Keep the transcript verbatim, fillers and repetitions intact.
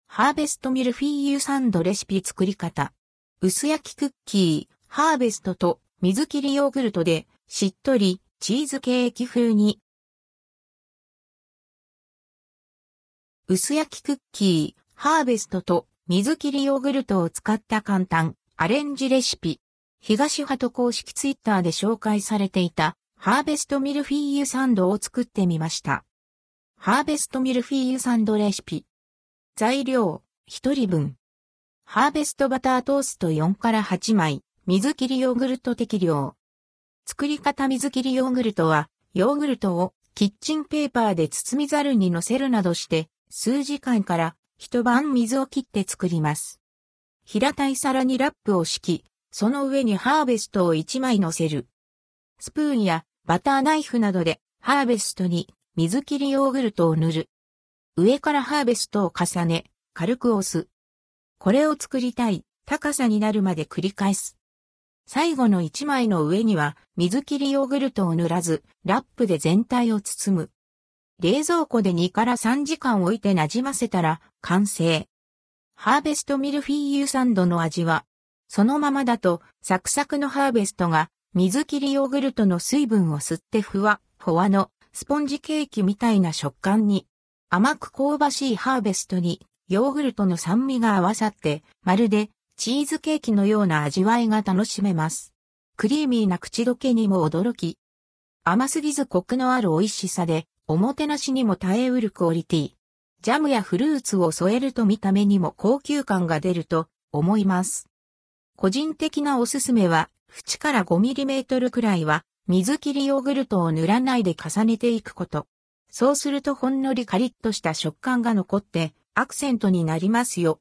ハーベストミルフィーユサンドレシピ作り方。薄焼きクッキー、ハーベストと水切りヨーグルトでしっとりチーズケーキ風に。薄焼きクッキー、ハーベストと水切りヨーグルトを使った簡単アレンジレシピ。東ハト公式ツイッターで紹介されていたハーベストミルフィーユサンドを作ってみました。ハーベストミルフィーユサンドレシピ。材料、ひとりぶん。ハーベストバタートーストよんからはちまい、水切りヨーグルト適量。作り方水切りヨーグルトは、ヨーグルトをキッチンペーパーで包みざるに乗せるなどして、数時間から一晩水を切って作ります。平たい皿にラップを敷き、その上にハーベストをいちまい乗せる。スプーンやバターナイフなどでハーベストに水切りヨーグルトを塗る。上からハーベストを重ね、軽く押す。これを作りたい高さになるまで繰り返す。最後のいちまいの上には水切りヨーグルトを塗らず、ラップで全体を包む。冷蔵庫でにからさんじかん置いて馴染ませたら完成。ハーベストミルフィーユサンドの味は、そのままだとサクサクのハーベストが水切りヨーグルトの水分を吸ってふわ、ふわのスポンジケーキみたいな食感に。甘く香ばしいハーベストにヨーグルトの酸味が合わさってまるでチーズケーキのような味わいが楽しめます。クリーミーな口どけにも驚き。甘すぎずコクのある美味しさでおもてなしにも耐えうるクオリティ。ジャムやフルーツを添えると見た目にも高級感が出ると思います。個人的なおすすめは縁から ごミリメートル くらいは水切りヨーグルトを塗らないで重ねていくこと。そうするとほんのりカリッとした食感が残ってアクセントになりますよ。